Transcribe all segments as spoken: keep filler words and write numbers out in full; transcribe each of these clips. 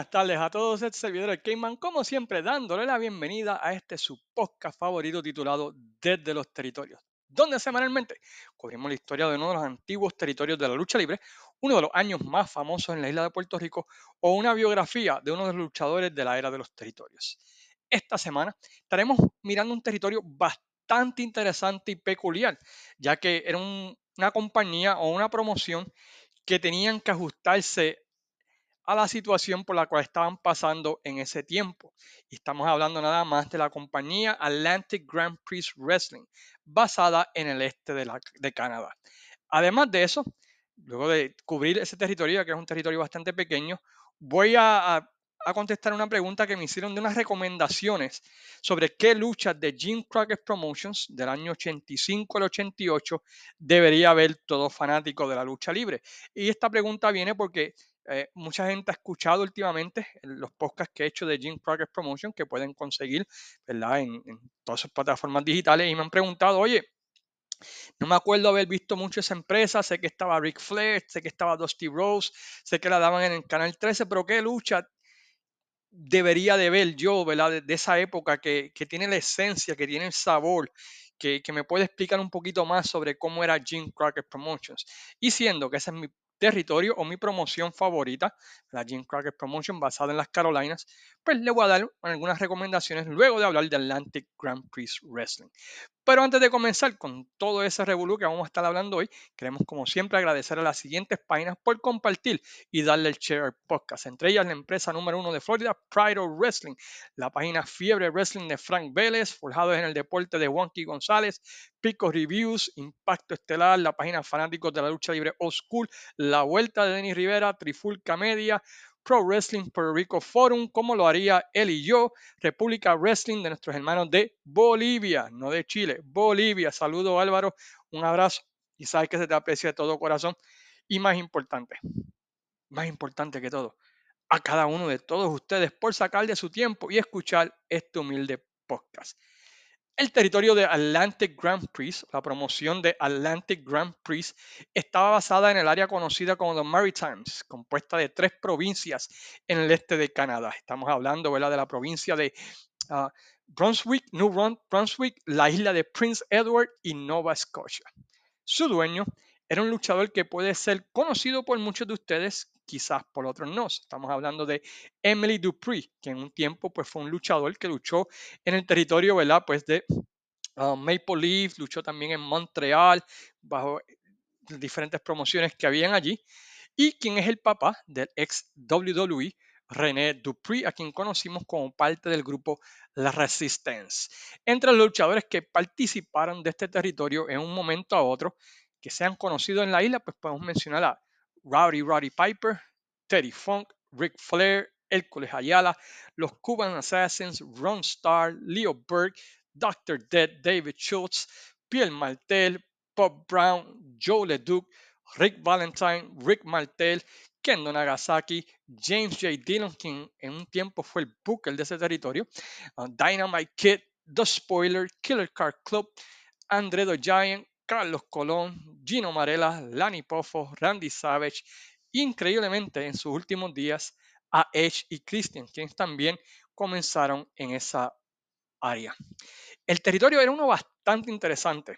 buenas tardes a todos, este servidor el Cayman, como siempre, dándole la bienvenida a este su podcast favorito titulado Desde los Territorios, donde semanalmente cubrimos la historia de uno de los antiguos territorios de la lucha libre, uno de los años más famosos en la isla de Puerto Rico, o una biografía de uno de los luchadores de la era de los territorios. Esta semana estaremos mirando un territorio bastante interesante y peculiar, ya que era un- una compañía o una promoción que tenían que ajustarse a la situación por la cual estaban pasando en ese tiempo. Y estamos hablando nada más de la compañía Atlantic Grand Prix Wrestling, basada en el este de, la- de Canadá. Además de eso, luego de cubrir ese territorio, que es un territorio bastante pequeño, voy a, a- a contestar una pregunta que me hicieron de unas recomendaciones sobre qué luchas de Jim Crockett Promotions del año ochenta y cinco al ochenta y ocho debería ver todo fanático de la lucha libre. Y esta pregunta viene porque eh, mucha gente ha escuchado últimamente los podcasts que he hecho de Jim Crockett Promotion, que pueden conseguir, ¿verdad? En, en todas sus plataformas digitales, y me han preguntado, oye, no me acuerdo haber visto mucho esa empresa, sé que estaba Ric Flair, sé que estaba Dusty Rose, sé que la daban en el Canal trece, pero ¿qué lucha debería de ver yo, ¿verdad? De, de esa época que, que tiene la esencia, que tiene el sabor, que, que me puede explicar un poquito más sobre cómo era Jim Crockett Promotions? Y siendo que ese es mi territorio o mi promoción favorita, la Jim Crockett Promotion basada en las Carolinas, pues le voy a dar algunas recomendaciones luego de hablar de Atlantic Grand Prix Wrestling. Pero antes de comenzar con todo ese revolú que vamos a estar hablando hoy, queremos como siempre agradecer a las siguientes páginas por compartir y darle el share al podcast. Entre ellas la empresa número uno de Florida, Pride of Wrestling, la página Fiebre Wrestling de Frank Vélez, Forjados en el Deporte de Wonky González, Pico Reviews, Impacto Estelar, la página Fanáticos de la Lucha Libre Old School, La Vuelta de Denis Rivera, Trifulca Media, Pro Wrestling Puerto Rico Forum, como lo haría él y yo, República Wrestling de nuestros hermanos de Bolivia, no de Chile, Bolivia. Saludo Álvaro, un abrazo y sabes que se te aprecia de todo corazón. Y más importante, más importante que todo, a cada uno de todos ustedes por sacar de su tiempo y escuchar este humilde podcast. El territorio de Atlantic Grand Prix, la promoción de Atlantic Grand Prix, estaba basada en el área conocida como The Maritimes, compuesta de tres provincias en el este de Canadá. Estamos hablando, ¿verdad?, de la provincia de uh, Brunswick, New Brunswick, la isla de Prince Edward y Nova Scotia. Su dueño era un luchador que puede ser conocido por muchos de ustedes, quizás por otros no. Estamos hablando de Emily Dupree, que en un tiempo pues, fue un luchador que luchó en el territorio, ¿verdad? Pues de uh, Maple Leaf, luchó también en Montreal, bajo diferentes promociones que habían allí, y quien es el papá del ex W W E, René Dupree, a quien conocimos como parte del grupo La Resistance. Entre los luchadores que participaron de este territorio en un momento a otro, que se han conocido en la isla, pues podemos mencionar a Rowdy Roddy Piper, Teddy Funk, Ric Flair, Hércules Ayala, los Cuban Assassins, Ron Starr, Leo Burke, doctor Dead, David Schultz, Pierre Martel, Bob Brown, Joe LeDuc, Rick Valentine, Rick Martel, Kendo Nagasaki, James J. Dillon, quien en un tiempo fue el booker de ese territorio, uh, Dynamite Kid, The Spoiler, Killer Car Club, Andre the Giant, Carlos Colón, Gino Marella, Lanny Poffo, Randy Savage, increíblemente en sus últimos días a Edge y Christian, quienes también comenzaron en esa área. El territorio era uno bastante interesante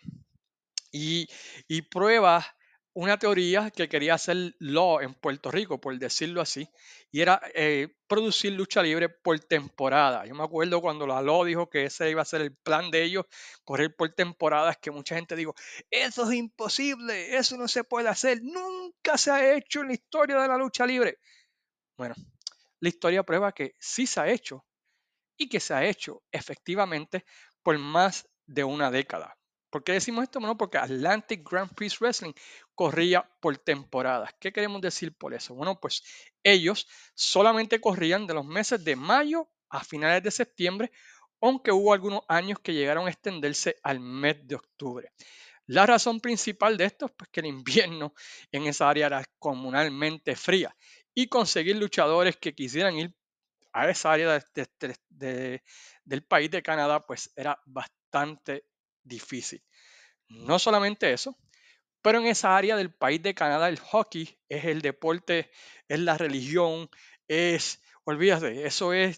y, y prueba una teoría que quería hacer Law en Puerto Rico, por decirlo así, y era eh, producir lucha libre por temporada. Yo me acuerdo cuando la Law dijo que ese iba a ser el plan de ellos, correr por temporadas, que mucha gente dijo, eso es imposible, eso no se puede hacer, nunca se ha hecho en la historia de la lucha libre. Bueno, la historia prueba que sí se ha hecho y que se ha hecho efectivamente por más de una década. ¿Por qué decimos esto? Bueno, porque Atlantic Grand Prix Wrestling corría por temporadas. ¿Qué queremos decir por eso? Bueno, pues ellos solamente corrían de los meses de mayo a finales de septiembre, aunque hubo algunos años que llegaron a extenderse al mes de octubre. La razón principal de esto es pues, que el invierno en esa área era comunalmente fría y conseguir luchadores que quisieran ir a esa área de- de- de- de- del país de Canadá, pues era bastante difícil. No solamente eso, pero en esa área del país de Canadá el hockey es el deporte, es la religión, es olvídate, eso es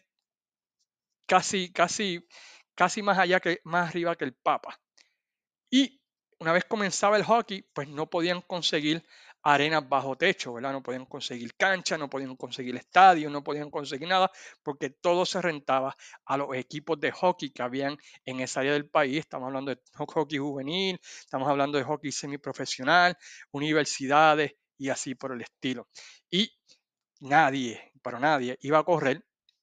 casi, casi, casi más allá que, más arriba que el Papa. Y una vez comenzaba el hockey, pues no podían conseguir arenas bajo techo, ¿verdad? No podían conseguir canchas, no podían conseguir estadios, no podían conseguir nada, porque todo se rentaba a los equipos de hockey que habían en esa área del país. Estamos hablando de ho- hockey juvenil, estamos hablando de hockey semiprofesional, universidades y así por el estilo. Y nadie, pero nadie, iba a correr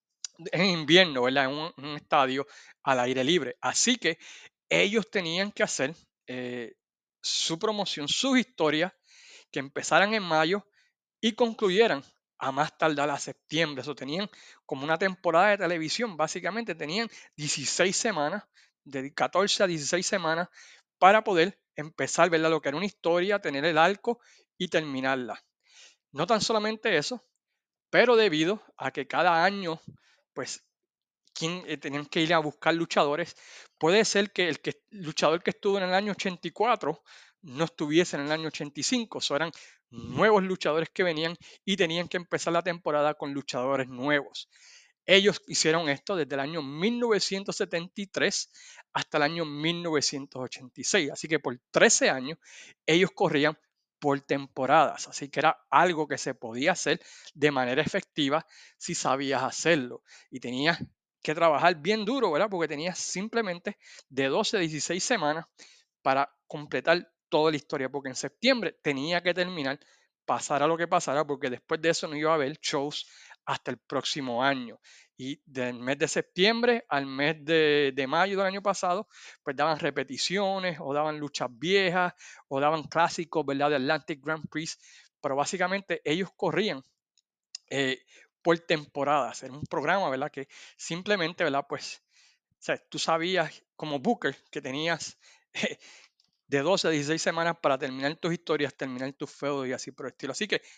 en invierno, ¿verdad? En un, un estadio al aire libre. Así que ellos tenían que hacer eh, su promoción, sus historias, que empezaran en mayo y concluyeran a más tardar a septiembre. Eso tenían como una temporada de televisión, básicamente tenían dieciséis semanas, de catorce a dieciséis semanas, para poder empezar, ¿verdad? Lo que era una historia, tener el arco y terminarla. No tan solamente eso, pero debido a que cada año, pues quién eh, tenían que ir a buscar luchadores. Puede ser que el que, luchador que estuvo en el año ochenta y cuatro no estuviese en el año ochenta y cinco. So, eran nuevos luchadores que venían y tenían que empezar la temporada con luchadores nuevos. Ellos hicieron esto desde el año mil novecientos setenta y tres hasta el año mil novecientos ochenta y seis. Así que por trece años ellos corrían por temporadas. Así que era algo que se podía hacer de manera efectiva si sabías hacerlo. Y tenías que trabajar bien duro, ¿verdad? Porque tenías simplemente de doce a dieciséis semanas para completar toda la historia, porque en septiembre tenía que terminar, pasara lo que pasara, porque después de eso no iba a haber shows hasta el próximo año. Y del mes de septiembre al mes de, de mayo del año pasado, pues daban repeticiones o daban luchas viejas o daban clásicos, ¿verdad? De Atlantic Grand Prix, pero básicamente ellos corrían eh, por temporadas. Era un programa, ¿verdad? Que simplemente, ¿verdad? Pues, o sea, tú sabías como Booker que tenías eh, de doce a dieciséis semanas para terminar tus historias, terminar tus feudos y así por el estilo. Así que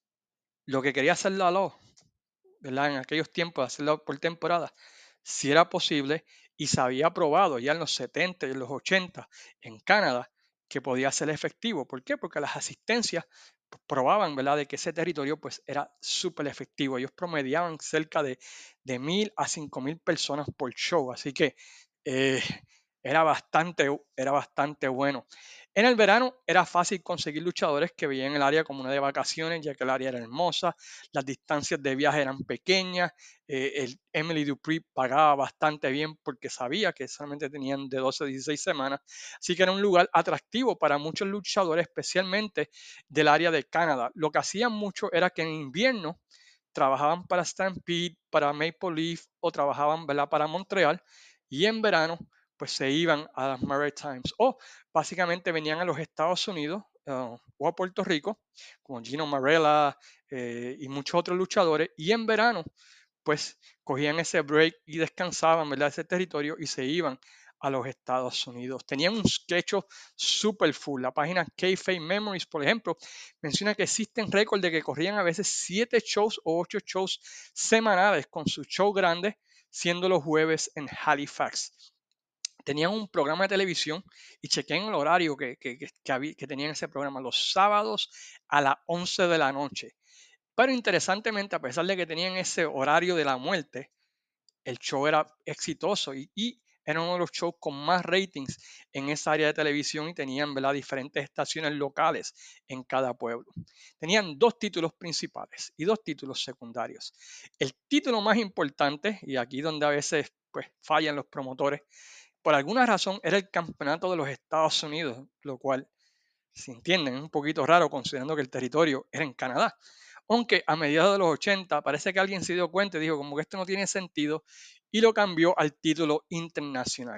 lo que quería hacer la Law, ¿verdad? En aquellos tiempos, hacerlo por temporada, si era posible y se había probado ya en los setenta y en los ochenta en Canadá que podía ser efectivo. ¿Por qué? Porque las asistencias pues, probaban, ¿verdad?, de que ese territorio pues era súper efectivo. Ellos promediaban cerca de, de mil a cinco mil personas por show. Así que eh, era bastante, era bastante bueno. En el verano era fácil conseguir luchadores que veían el área como una de vacaciones, ya que el área era hermosa, las distancias de viaje eran pequeñas, eh, el Emily Dupree pagaba bastante bien porque sabía que solamente tenían de doce a dieciséis semanas, así que era un lugar atractivo para muchos luchadores, especialmente del área de Canadá. Lo que hacían mucho era que en invierno trabajaban para Stampede, para Maple Leaf o trabajaban, ¿verdad?, para Montreal, y en verano pues se iban a las Maritimes o básicamente venían a los Estados Unidos uh, o a Puerto Rico, como Gino Marella eh, y muchos otros luchadores, y en verano pues cogían ese break y descansaban, ¿verdad?, ese territorio y se iban a los Estados Unidos. Tenían un sketch super full. La página Kayfabe Memories, por ejemplo, menciona que existen récords de que corrían a veces siete shows o ocho shows semanales con su show grande, siendo los jueves en Halifax. Tenían un programa de televisión y chequé en el horario que, que, que, que había, que tenían ese programa los sábados a las once de la noche. Pero interesantemente, a pesar de que tenían ese horario de la muerte, el show era exitoso y, y era uno de los shows con más ratings en esa área de televisión y tenían, ¿verdad?, diferentes estaciones locales en cada pueblo. Tenían dos títulos principales y dos títulos secundarios. El título más importante, y aquí donde a veces pues, fallan los promotores, por alguna razón era el campeonato de los Estados Unidos, lo cual, si entienden, es un poquito raro considerando que el territorio era en Canadá. Aunque a mediados de los ochenta parece que alguien se dio cuenta y dijo como que esto no tiene sentido y lo cambió al título internacional.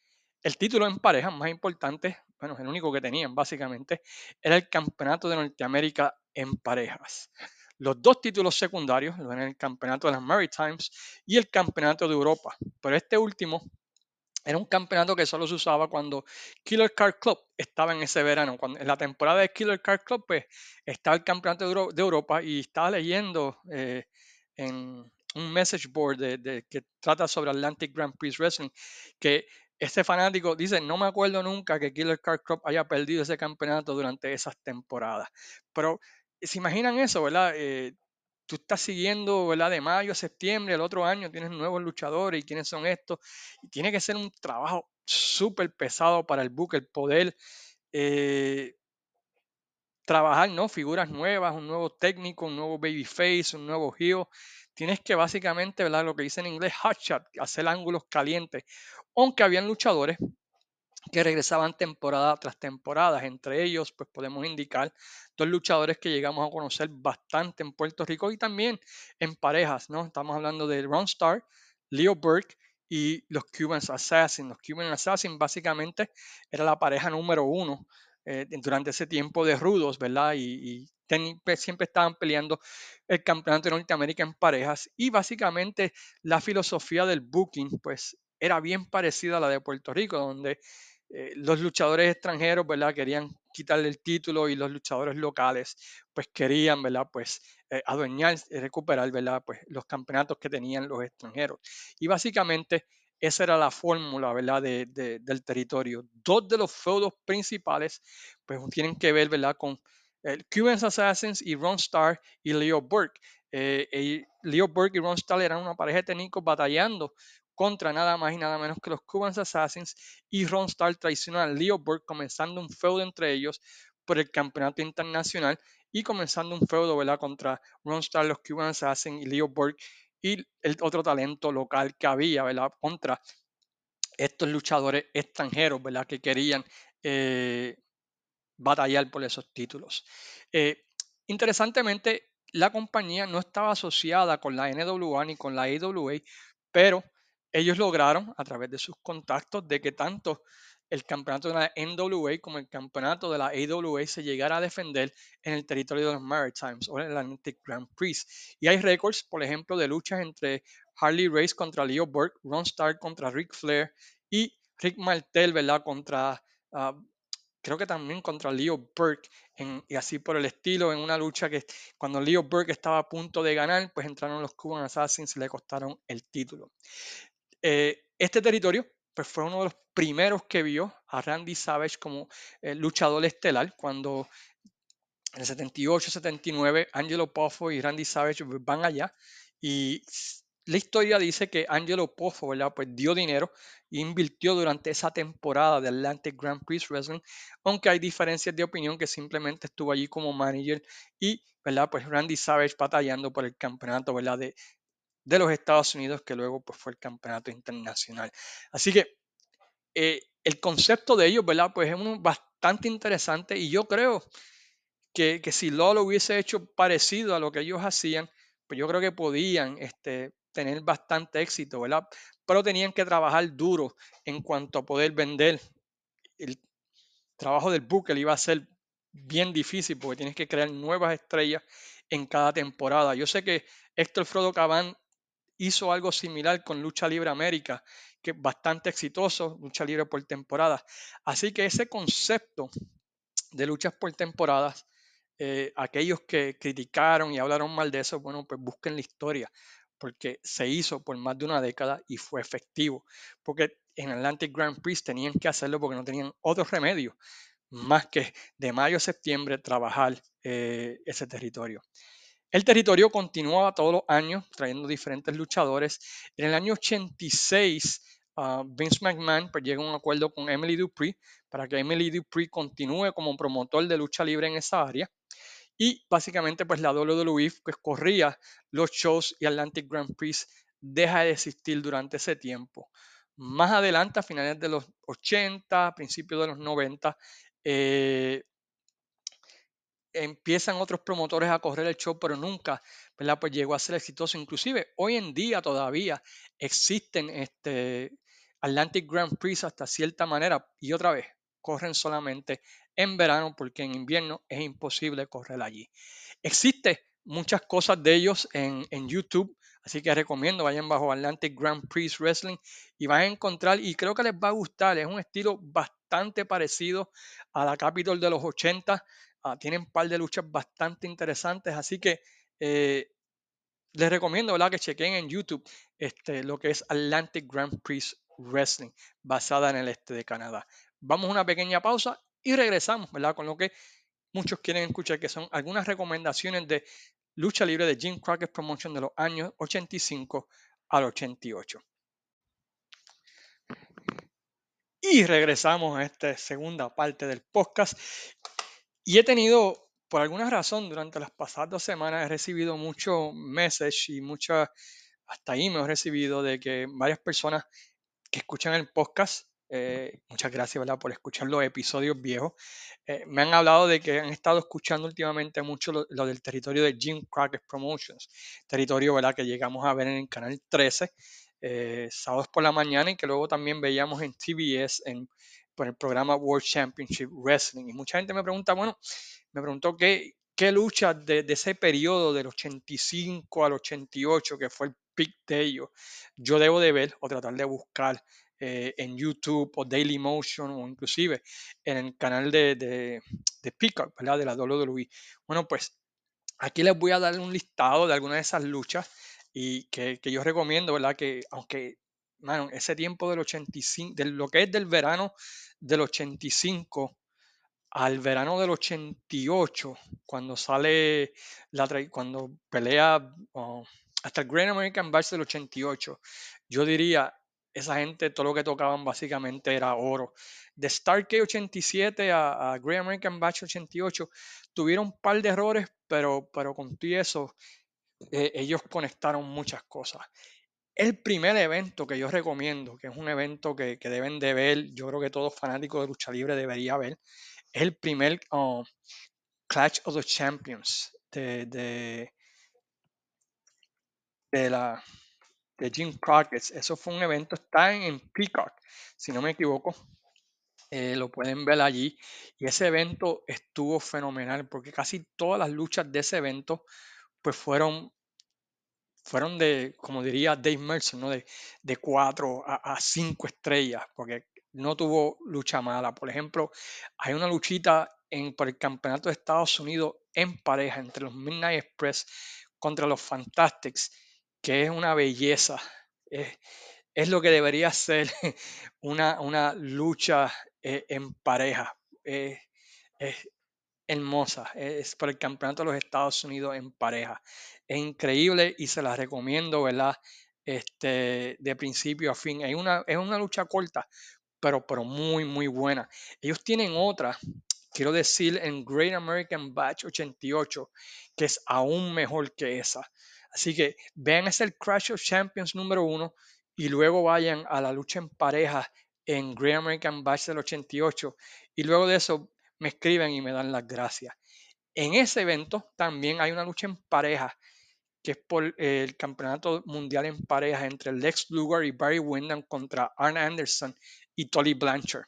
El título en pareja más importante, bueno, el único que tenían básicamente, era el campeonato de Norteamérica en parejas. Los dos títulos secundarios lo eran el campeonato de las Maritimes y el campeonato de Europa, pero este último era un campeonato que solo se usaba cuando Killer Card Club estaba en ese verano. Cuando, en la temporada de Killer Card Club, pues estaba el campeonato de, Euro- de Europa y estaba leyendo eh, en un message board de, de- que trata sobre Atlantic Grand Prix Wrestling, que ese fanático dice, no me acuerdo nunca que Killer Card Club haya perdido ese campeonato durante esas temporadas. Pero se imaginan eso, ¿verdad? Eh, tú estás siguiendo, ¿verdad? De mayo a septiembre, el otro año tienes nuevos luchadores y quiénes son estos. Y tiene que ser un trabajo súper pesado para el book, el poder eh, trabajar, ¿no? Figuras nuevas, un nuevo técnico, un nuevo babyface, un nuevo heel. Tienes que básicamente, ¿verdad? Lo que dice en inglés, hotshot, hacer ángulos calientes. Aunque habían luchadores que regresaban temporada tras temporada. Entre ellos, pues podemos indicar dos luchadores que llegamos a conocer bastante en Puerto Rico y también en parejas, ¿no? Estamos hablando de Ron Starr, Leo Burke y los Cuban Assassins. Los Cuban Assassins básicamente era la pareja número uno eh, durante ese tiempo de rudos, ¿verdad? Y, y ten, pues, siempre estaban peleando el campeonato de Norteamérica en parejas y básicamente la filosofía del booking, pues era bien parecida a la de Puerto Rico, donde eh, los luchadores extranjeros, ¿verdad? Querían quitarle el título y los luchadores locales, pues querían, ¿verdad? Pues eh, adueñar, eh, recuperar, ¿verdad? Pues los campeonatos que tenían los extranjeros. Y básicamente esa era la fórmula, ¿verdad? De, de, del territorio. Dos de los feudos principales, pues tienen que ver, ¿verdad? Con el Cuban Assassins y Ron Starr y Leo Burke. Eh, eh, Leo Burke y Ron Starr eran una pareja de técnicos batallando contra nada más y nada menos que los Cuban Assassins y Ron Starr traiciona a Leo Burke comenzando un feudo entre ellos por el campeonato internacional y comenzando un feudo, ¿verdad? Contra Ron Starr, los Cuban Assassins y Leo Burke y el otro talento local que había, ¿verdad? Contra estos luchadores extranjeros, ¿verdad? Que querían eh, batallar por esos títulos. Eh, interesantemente, la compañía no estaba asociada con la N W A ni con la A W A, pero ellos lograron a través de sus contactos de que tanto el campeonato de la N W A como el campeonato de la A W A se llegara a defender en el territorio de los Maritimes o en el Atlantic Grand Prix. Y hay récords, por ejemplo, de luchas entre Harley Race contra Leo Burke, Ron Starr contra Ric Flair y Rick Martel, ¿verdad? Contra uh, creo que también contra Leo Burke en, y así por el estilo, en una lucha que cuando Leo Burke estaba a punto de ganar, pues entraron los Cuban Assassins y le costaron el título. Eh, este territorio pues fue uno de los primeros que vio a Randy Savage como eh, luchador estelar cuando en el setenta y ocho setenta y nueve Angelo Poffo y Randy Savage van allá y la historia dice que Angelo Poffo, ¿verdad? Pues dio dinero e invirtió durante esa temporada de Atlantic Grand Prix Wrestling, aunque hay diferencias de opinión que simplemente estuvo allí como manager y, ¿verdad? Pues Randy Savage batallando por el campeonato, ¿verdad? De, de los Estados Unidos, que luego pues fue el campeonato internacional. Así que eh, el concepto de ellos, ¿verdad? Pues es uno bastante interesante y yo creo que, que si Lolo hubiese hecho parecido a lo que ellos hacían, pues yo creo que podían este, tener bastante éxito, ¿verdad? Pero tenían que trabajar duro en cuanto a poder vender. El trabajo del Booker iba a ser bien difícil porque tienes que crear nuevas estrellas en cada temporada. Yo sé que Héctor Frodo Cabán hizo algo similar con Lucha Libre América, que es bastante exitoso, Lucha Libre por temporada. Así que ese concepto de luchas por temporadas, eh, aquellos que criticaron y hablaron mal de eso, bueno, pues busquen la historia, porque se hizo por más de una década y fue efectivo, porque en Atlantic Grand Prix tenían que hacerlo porque no tenían otro remedio más que de mayo a septiembre trabajar eh, ese territorio. El territorio continuaba todos los años trayendo diferentes luchadores. En el año ochenta y seis, uh, Vince McMahon pues, llega a un acuerdo con Emily Dupree para que Emily Dupree continúe como promotor de lucha libre en esa área. Y básicamente pues la W W E pues, corría los shows y Atlantic Grand Prix deja de existir durante ese tiempo. Más adelante, a finales de los ochenta, principios de los noventa, eh, empiezan otros promotores a correr el show, pero nunca, ¿verdad? Pues llegó a ser exitoso. Inclusive hoy en día todavía existen este Atlantic Grand Prix hasta cierta manera y otra vez corren solamente en verano porque en invierno es imposible correr allí. Existe muchas cosas de ellos en, en YouTube, así que recomiendo vayan bajo Atlantic Grand Prix Wrestling y van a encontrar, y creo que les va a gustar, es un estilo bastante parecido a la Capitol de los ochenta. Uh, tienen un par de luchas bastante interesantes, así que eh, les recomiendo, ¿verdad? Que chequen en YouTube este, lo que es Atlantic Grand Prix Wrestling, basada en el este de Canadá. Vamos a una pequeña pausa y regresamos, ¿verdad? Con lo que muchos quieren escuchar, que son algunas recomendaciones de lucha libre de Jim Crockett Promotion de los años ochenta y cinco al ochenta y ocho. Y regresamos a esta segunda parte del podcast. Y he tenido, por alguna razón, durante las pasadas dos semanas, he recibido muchos messages y muchas, hasta ahí me he recibido de que varias personas que escuchan el podcast, eh, muchas gracias, ¿verdad?, por escuchar los episodios viejos. Eh, me han hablado de que han estado escuchando últimamente mucho lo, lo del territorio de Jim Crockett Promotions, territorio, ¿verdad?, que llegamos a ver en el canal trece, eh, sábados por la mañana, y que luego también veíamos en T B S en, por el programa World Championship Wrestling. Y mucha gente me pregunta, bueno, me preguntó qué, qué lucha de, de ese periodo del ochenta y cinco al ochenta y ocho, que fue el pick de ellos, yo debo de ver o tratar de buscar eh, en YouTube o Daily Motion o inclusive en el canal de, de, de Peacock, ¿verdad?, de la W W E. Bueno, pues aquí les voy a dar un listado de algunas de esas luchas y que, que yo recomiendo, ¿verdad? Que aunque, mano, ese tiempo del ochenta y cinco, de lo que es del verano del ochenta y cinco al verano del ochenta y ocho, cuando sale la tra- cuando pelea oh, hasta el Great American Bash del ochenta y ocho, yo diría, esa gente todo lo que tocaban básicamente era oro. De Starrcade ochenta y siete a, a Great American Bash ochenta y ocho, tuvieron un par de errores, pero, pero con todo eso, eh, ellos conectaron muchas cosas. El primer evento que yo recomiendo, que es un evento que, que deben de ver, yo creo que todo fanático de lucha libre debería ver, es el primer um, Clash of the Champions de, de, de la, de Jim Crockett. Eso fue un evento, está en, en Peacock, si no me equivoco. Eh, lo pueden ver allí. Y ese evento estuvo fenomenal porque casi todas las luchas de ese evento pues fueron fueron de, como diría Dave Mercer, ¿no? De, de cuatro a, a cinco estrellas, porque no tuvo lucha mala. Por ejemplo, hay una luchita en, por el campeonato de Estados Unidos en pareja entre los Midnight Express contra los Fantastics, que es una belleza. Es, es lo que debería ser una, una lucha eh, en pareja. Eh, es hermosa. Es por el campeonato de los Estados Unidos en pareja. Es increíble y se la recomiendo, ¿verdad? Este, de principio a fin. Es una, es una lucha corta, pero, pero muy, muy buena. Ellos tienen otra, quiero decir, en Great American Batch ochenta y ocho, que es aún mejor que esa. Así que vean ese el Crash of Champions número uno y luego vayan a la lucha en pareja en Great American Batch del ochenta y ocho, y luego de eso me escriben y me dan las gracias. En ese evento también hay una lucha en pareja que es por el campeonato mundial en pareja entre Lex Luger y Barry Windham contra Arn Anderson y Tully Blanchard.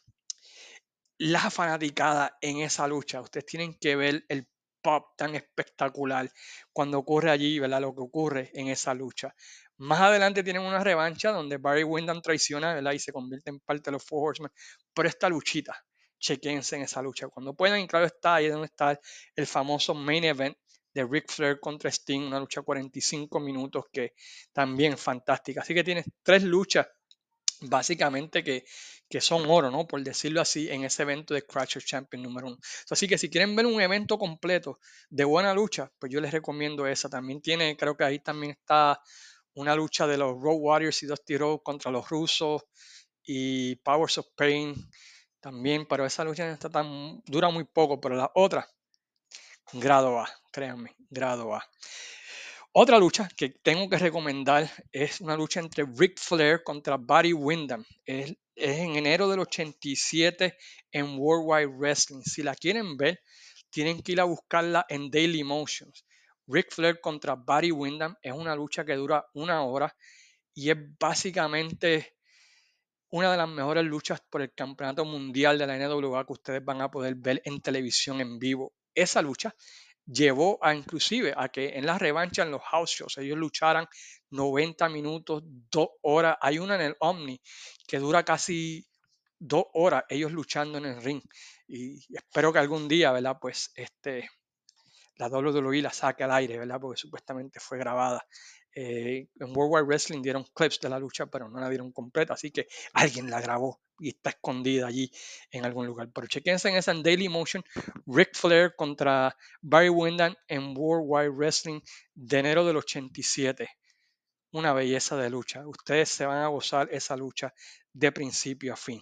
La fanaticada en esa lucha, ustedes tienen que ver el pop tan espectacular cuando ocurre allí, ¿verdad? Lo que ocurre en esa lucha. Más adelante tienen una revancha donde Barry Windham traiciona, ¿verdad?, y se convierte en parte de los Four Horsemen. Pero esta luchita, chequense en esa lucha. Cuando puedan, y claro está, ahí es donde está el famoso main event de Ric Flair contra Sting, una lucha cuarenta y cinco minutos que también es fantástica. Así que tienes tres luchas básicamente que, que son oro, ¿no? Por decirlo así, en ese evento de Crash of Champions número uno. Así que si quieren ver un evento completo de buena lucha, pues yo les recomiendo esa. También tiene, creo que ahí también está una lucha de los Road Warriors y Dusty Rhodes contra los rusos y Powers of Pain también, pero esa lucha no está tan, dura muy poco, pero la otra, grado A, créanme, grado A. Otra lucha que tengo que recomendar es una lucha entre Ric Flair contra Barry Windham. Es, es en enero del ochenta y siete en Worldwide Wrestling. Si la quieren ver, tienen que ir a buscarla en Daily Motions. Ric Flair contra Barry Windham es una lucha que dura una hora y es básicamente una de las mejores luchas por el campeonato mundial de la N W A que ustedes van a poder ver en televisión en vivo. Esa lucha llevó a inclusive a que en la revancha en los house shows ellos lucharan noventa minutos, dos horas. Hay una en el Omni que dura casi dos horas ellos luchando en el ring. Y espero que algún día, ¿verdad? Pues este, la W W E la saque al aire, ¿verdad? Porque supuestamente fue grabada Eh, en World Wide Wrestling dieron clips de la lucha, pero no la dieron completa, así que alguien la grabó y está escondida allí en algún lugar. Pero chequense en esa en Daily Motion, Ric Flair contra Barry Windham en World Wide Wrestling de enero del ochenta y siete. Una belleza de lucha. Ustedes se van a gozar esa lucha de principio a fin.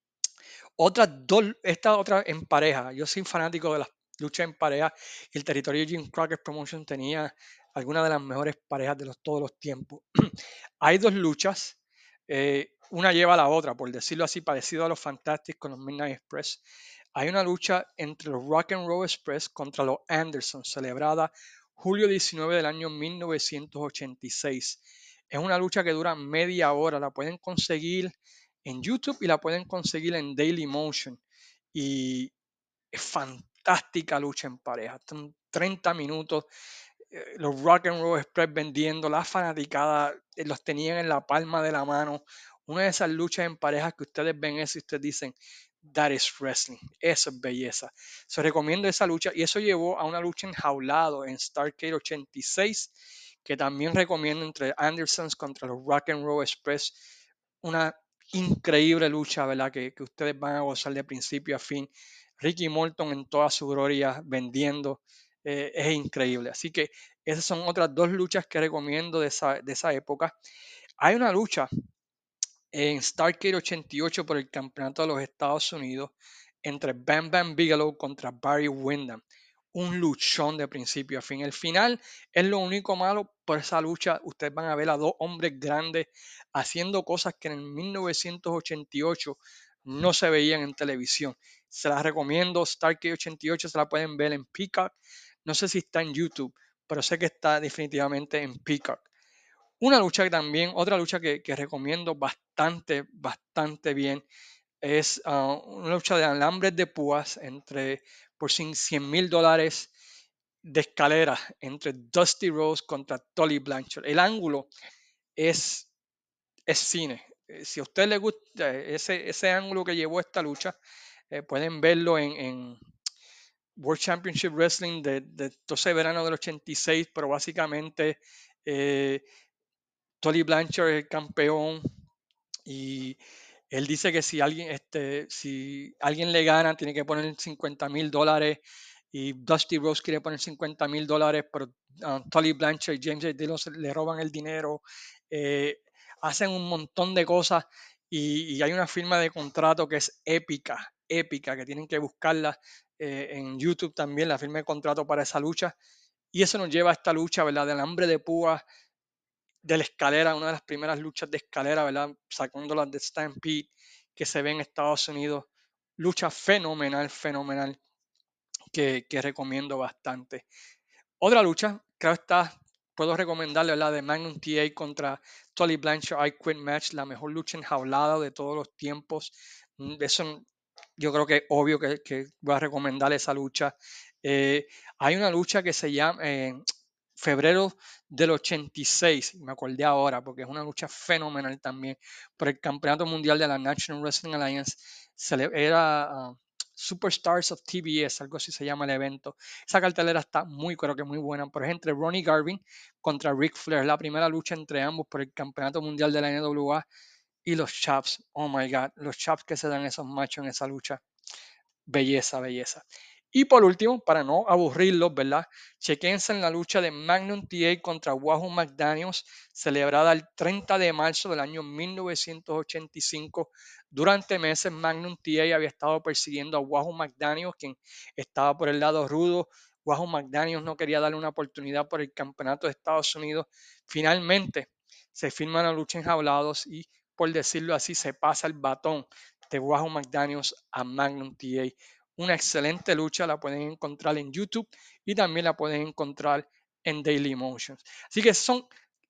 Otras dos, esta otra en pareja. Yo soy fanático de las luchas en pareja. El territorio Jim Crockett Promotion tenía algunas de las mejores parejas de los, todos los tiempos. Hay dos luchas. Eh, una lleva a la otra, por decirlo así, parecido a los Fantastic con los Midnight Express. Hay una lucha entre los Rock and Roll Express contra los Anderson, celebrada julio diecinueve del año mil novecientos ochenta y seis. Es una lucha que dura media hora. La pueden conseguir en YouTube y la pueden conseguir en Daily Motion. Y es fantástica lucha en pareja. Son treinta minutos. eh, Los Rock and Roll Express vendiendo, la fanaticada eh, los tenían en la palma de la mano. Una de esas luchas en parejas que ustedes ven eso y ustedes dicen, that is wrestling. Eso es belleza. Se recomiendo esa lucha y eso llevó a una lucha enjaulado en Starrcade ochenta y seis que también recomiendo entre Andersons contra los Rock and Roll Express. Una increíble lucha, ¿verdad? Que, que ustedes van a gozar de principio a fin. Ricky Morton en toda su gloria vendiendo. Eh, es increíble. Así que esas son otras dos luchas que recomiendo de esa, de esa época. Hay una lucha en Starrcade ochenta y ocho por el campeonato de los Estados Unidos entre Bam Bam Bigelow contra Barry Windham. Un luchón de principio a fin. El final es lo único malo por esa lucha. Ustedes van a ver a dos hombres grandes haciendo cosas que en el mil novecientos ochenta y ocho no se veían en televisión. Se las recomiendo. Starrcade ochenta y ocho se la pueden ver en Peacock. No sé si está en YouTube, pero sé que está definitivamente en Peacock. Una lucha que también, otra lucha que, que recomiendo bastante, bastante bien, es uh, una lucha de alambres de púas entre por cien mil dólares de escalera entre Dusty Rhodes contra Tully Blanchard. El ángulo es, es cine. Eh, Si a usted le gusta eh, ese, ese ángulo que llevó esta lucha, eh, pueden verlo en, en World Championship Wrestling de, de todo ese verano del ochenta y seis, pero básicamente eh, Tully Blanchard es el campeón y él dice que si alguien, este, si alguien le gana, tiene que poner cincuenta mil dólares y Dusty Rhodes quiere poner cincuenta mil dólares, pero uh, Tully Blanchard y James A. Dillon le roban el dinero. Eh, hacen un montón de cosas y, y, hay una firma de contrato que es épica, épica, que tienen que buscarla eh, en YouTube también, la firma de contrato para esa lucha. Y eso nos lleva a esta lucha, ¿verdad? Del hambre de púas de la escalera, una de las primeras luchas de escalera, ¿verdad? Sacándolas de Stampede que se ve en Estados Unidos. Lucha fenomenal, fenomenal, que, que recomiendo bastante. Otra lucha, creo que está, puedo recomendarle la de Magnum T A contra Tully Blanchard I Quit Match, la mejor lucha enjaulada de todos los tiempos. Mm, Eso yo creo que es obvio que, que voy a recomendar esa lucha. Eh, hay una lucha que se llama eh, febrero del ochenta y seis, me acordé ahora porque es una lucha fenomenal también por el Campeonato Mundial de la National Wrestling Alliance. Se le, era uh, Superstars of T B S, algo así se llama el evento. Esa cartelera está muy, creo que muy buena. Por ejemplo, entre Ronnie Garvin contra Ric Flair, la primera lucha entre ambos por el Campeonato Mundial de la N W A y los Chaps. Oh my God, los Chaps que se dan esos machos en esa lucha. Belleza, belleza. Y por último, para no aburrirlos, ¿verdad? Chequense en la lucha de Magnum T A contra Wahoo McDaniels, celebrada el treinta de marzo del año mil novecientos ochenta y cinco. Durante meses, Magnum T A había estado persiguiendo a Wahoo McDaniels, quien estaba por el lado rudo. Wahoo McDaniels no quería darle una oportunidad por el campeonato de Estados Unidos. Finalmente, se firma la lucha enjaulados y, por decirlo así, se pasa el batón de Wahoo McDaniels a Magnum T A. Una excelente lucha, la pueden encontrar en YouTube y también la pueden encontrar en Daily Motions. Así que son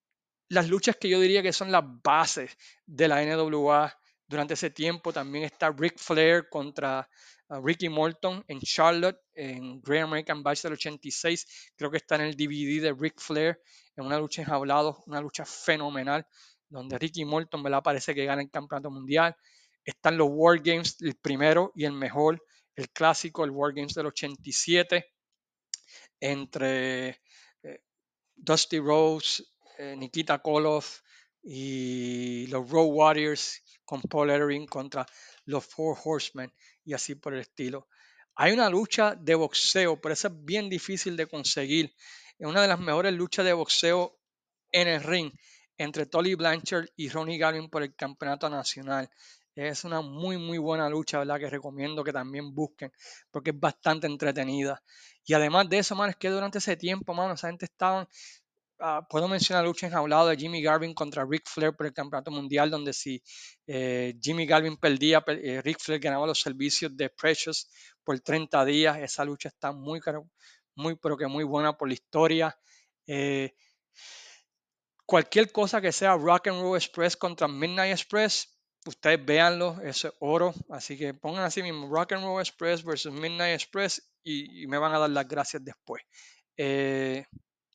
las luchas que yo diría que son las bases de la N W A durante ese tiempo. También está Ric Flair contra uh, Ricky Morton en Charlotte, en Great American Bash del ochenta y seis. Creo que está en el D V D de Ric Flair, en una lucha enjaulados, una lucha fenomenal, donde Ricky Morton, ¿verdad? Parece que gana el campeonato mundial. Están los War Games, el primero y el mejor, el clásico, el War Games del ochenta y siete, entre eh, Dusty Rhodes, eh, Nikita Koloff y los Road Warriors con Paul Ellering contra los Four Horsemen y así por el estilo. Hay una lucha de boxeo, pero esa es bien difícil de conseguir. Es una de las mejores luchas de boxeo en el ring entre Tully Blanchard y Ronnie Garvin por el campeonato nacional. Es una muy, muy buena lucha, ¿verdad? Que recomiendo que también busquen, porque es bastante entretenida. Y además de eso, mano, es que durante ese tiempo, mano, esa gente estaba. Ah, puedo mencionar la lucha enjaulada de Jimmy Garvin contra Ric Flair por el campeonato mundial, donde si eh, Jimmy Garvin perdía, pe- eh, Ric Flair ganaba los servicios de Precious por treinta días. Esa lucha está muy, caro- muy, pero que muy buena por la historia. Eh, Cualquier cosa que sea Rock and Roll Express contra Midnight Express, ustedes véanlo, eso es oro. Así que pongan así mismo Rock and Roll Express versus Midnight Express y, y me van a dar las gracias después. Eh,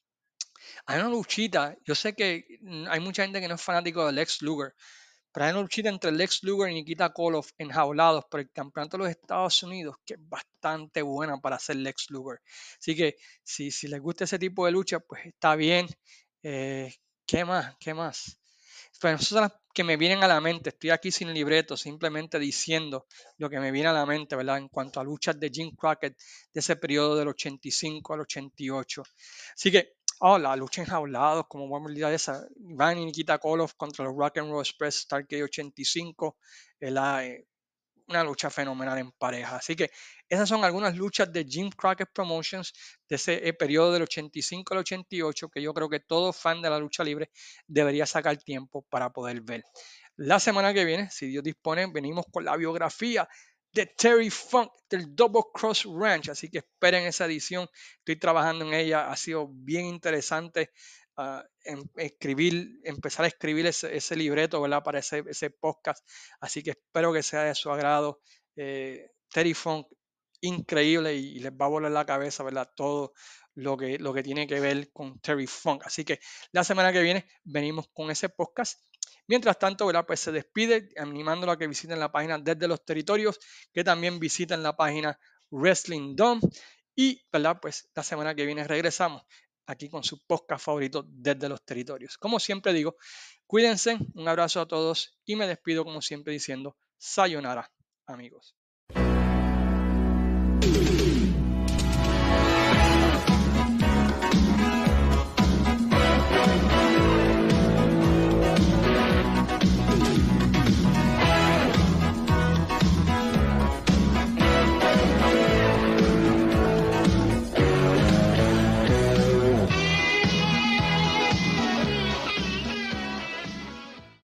Hay una luchita, yo sé que mm, hay mucha gente que no es fanático de Lex Luger, pero hay una luchita entre Lex Luger y Nikita Koloff enjaulados por el campeonato de los Estados Unidos que es bastante buena para hacer Lex Luger. Así que si, si les gusta ese tipo de lucha, pues está bien. Eh, ¿Qué más? ¿Qué más? Pero esas son las que me vienen a la mente. Estoy aquí sin libreto, simplemente diciendo lo que me viene a la mente, ¿verdad? En cuanto a luchas de Jim Crockett de ese periodo del ochenta y cinco al ochenta y ocho. Así que, oh, la lucha enjaulados, como vamos a olvidar esa. Iván y Nikita Koloff contra los Rock and Roll Express Starrcade ochenta y cinco. eh, la, eh, una lucha fenomenal en pareja. Así que esas son algunas luchas de Jim Crockett Promotions de ese eh, periodo del ochenta y cinco al ochenta y ocho que yo creo que todo fan de la lucha libre debería sacar tiempo para poder ver. La semana que viene, si Dios dispone, venimos con la biografía de Terry Funk del Double Cross Ranch, así que esperen esa edición. Estoy trabajando en ella, ha sido bien interesante uh, en escribir, empezar a escribir ese, ese libreto, ¿verdad? Para ese, ese podcast. Así que espero que sea de su agrado. Eh, Terry Funk, increíble y, y les va a volar la cabeza, ¿verdad? Todo lo que, lo que tiene que ver con Terry Funk. Así que la semana que viene venimos con ese podcast. Mientras tanto, ¿verdad? Pues se despide animándolo a que visiten la página Desde los Territorios, que también visiten la página Wrestling Dome. Y, ¿verdad? Pues la semana que viene regresamos aquí con su podcast favorito Desde los Territorios. Como siempre digo, cuídense, un abrazo a todos y me despido como siempre diciendo, sayonara, amigos.